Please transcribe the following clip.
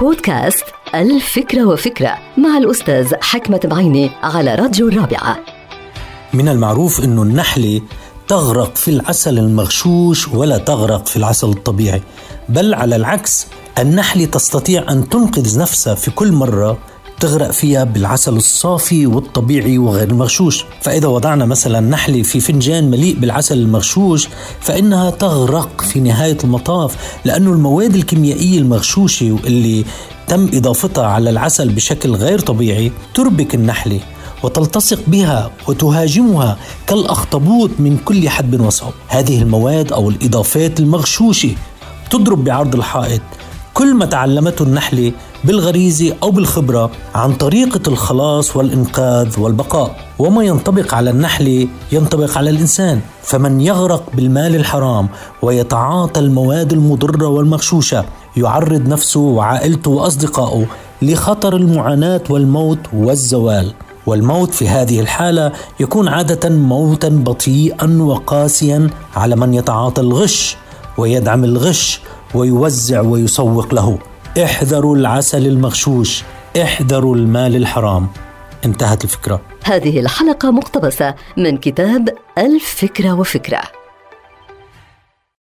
بودكاست الفكرة وفكرة مع الأستاذ حكمة بعيني على راديو الرابعة. من المعروف أن النحلة تغرق في العسل المغشوش ولا تغرق في العسل الطبيعي، بل على العكس، النحلة تستطيع أن تنقذ نفسها في كل مرة تغرق فيها بالعسل الصافي والطبيعي وغير المغشوش. فإذا وضعنا مثلا نحلة في فنجان مليء بالعسل المغشوش فإنها تغرق في نهاية المطاف، لأنه المواد الكيميائية المغشوشة اللي تم إضافتها على العسل بشكل غير طبيعي تربك النحلة وتلتصق بها وتهاجمها كالأخطبوط من كل حدب وصوب. هذه المواد أو الإضافات المغشوشة تضرب بعرض الحائط كل ما تعلمته النحلة بالغريزة أو بالخبرة عن طريقة الخلاص والإنقاذ والبقاء. وما ينطبق على النحلة ينطبق على الإنسان، فمن يغرق بالمال الحرام ويتعاطى المواد المضرة والمغشوشة يعرض نفسه وعائلته وأصدقائه لخطر المعاناة والموت والزوال. والموت في هذه الحالة يكون عادة موتا بطيئا وقاسيا على من يتعاطى الغش ويدعم الغش ويوزع ويسوق له. احذروا العسل المغشوش، احذروا المال الحرام. انتهت الفكرة. هذه الحلقة مقتبسة من كتاب الفكرة وفكرة.